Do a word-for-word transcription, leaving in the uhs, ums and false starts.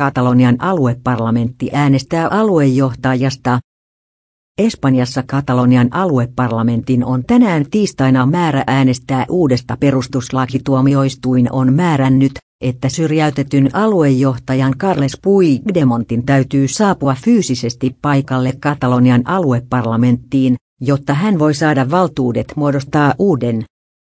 Katalonian alueparlamentti äänestää aluejohtajasta. Espanjassa Katalonian alueparlamentin on tänään tiistaina määrä äänestää uudesta. Perustuslakituomioistuin on määrännyt, että syrjäytetyn aluejohtajan Carles Puigdemontin täytyy saapua fyysisesti paikalle Katalonian alueparlamenttiin, jotta hän voi saada valtuudet muodostaa uuden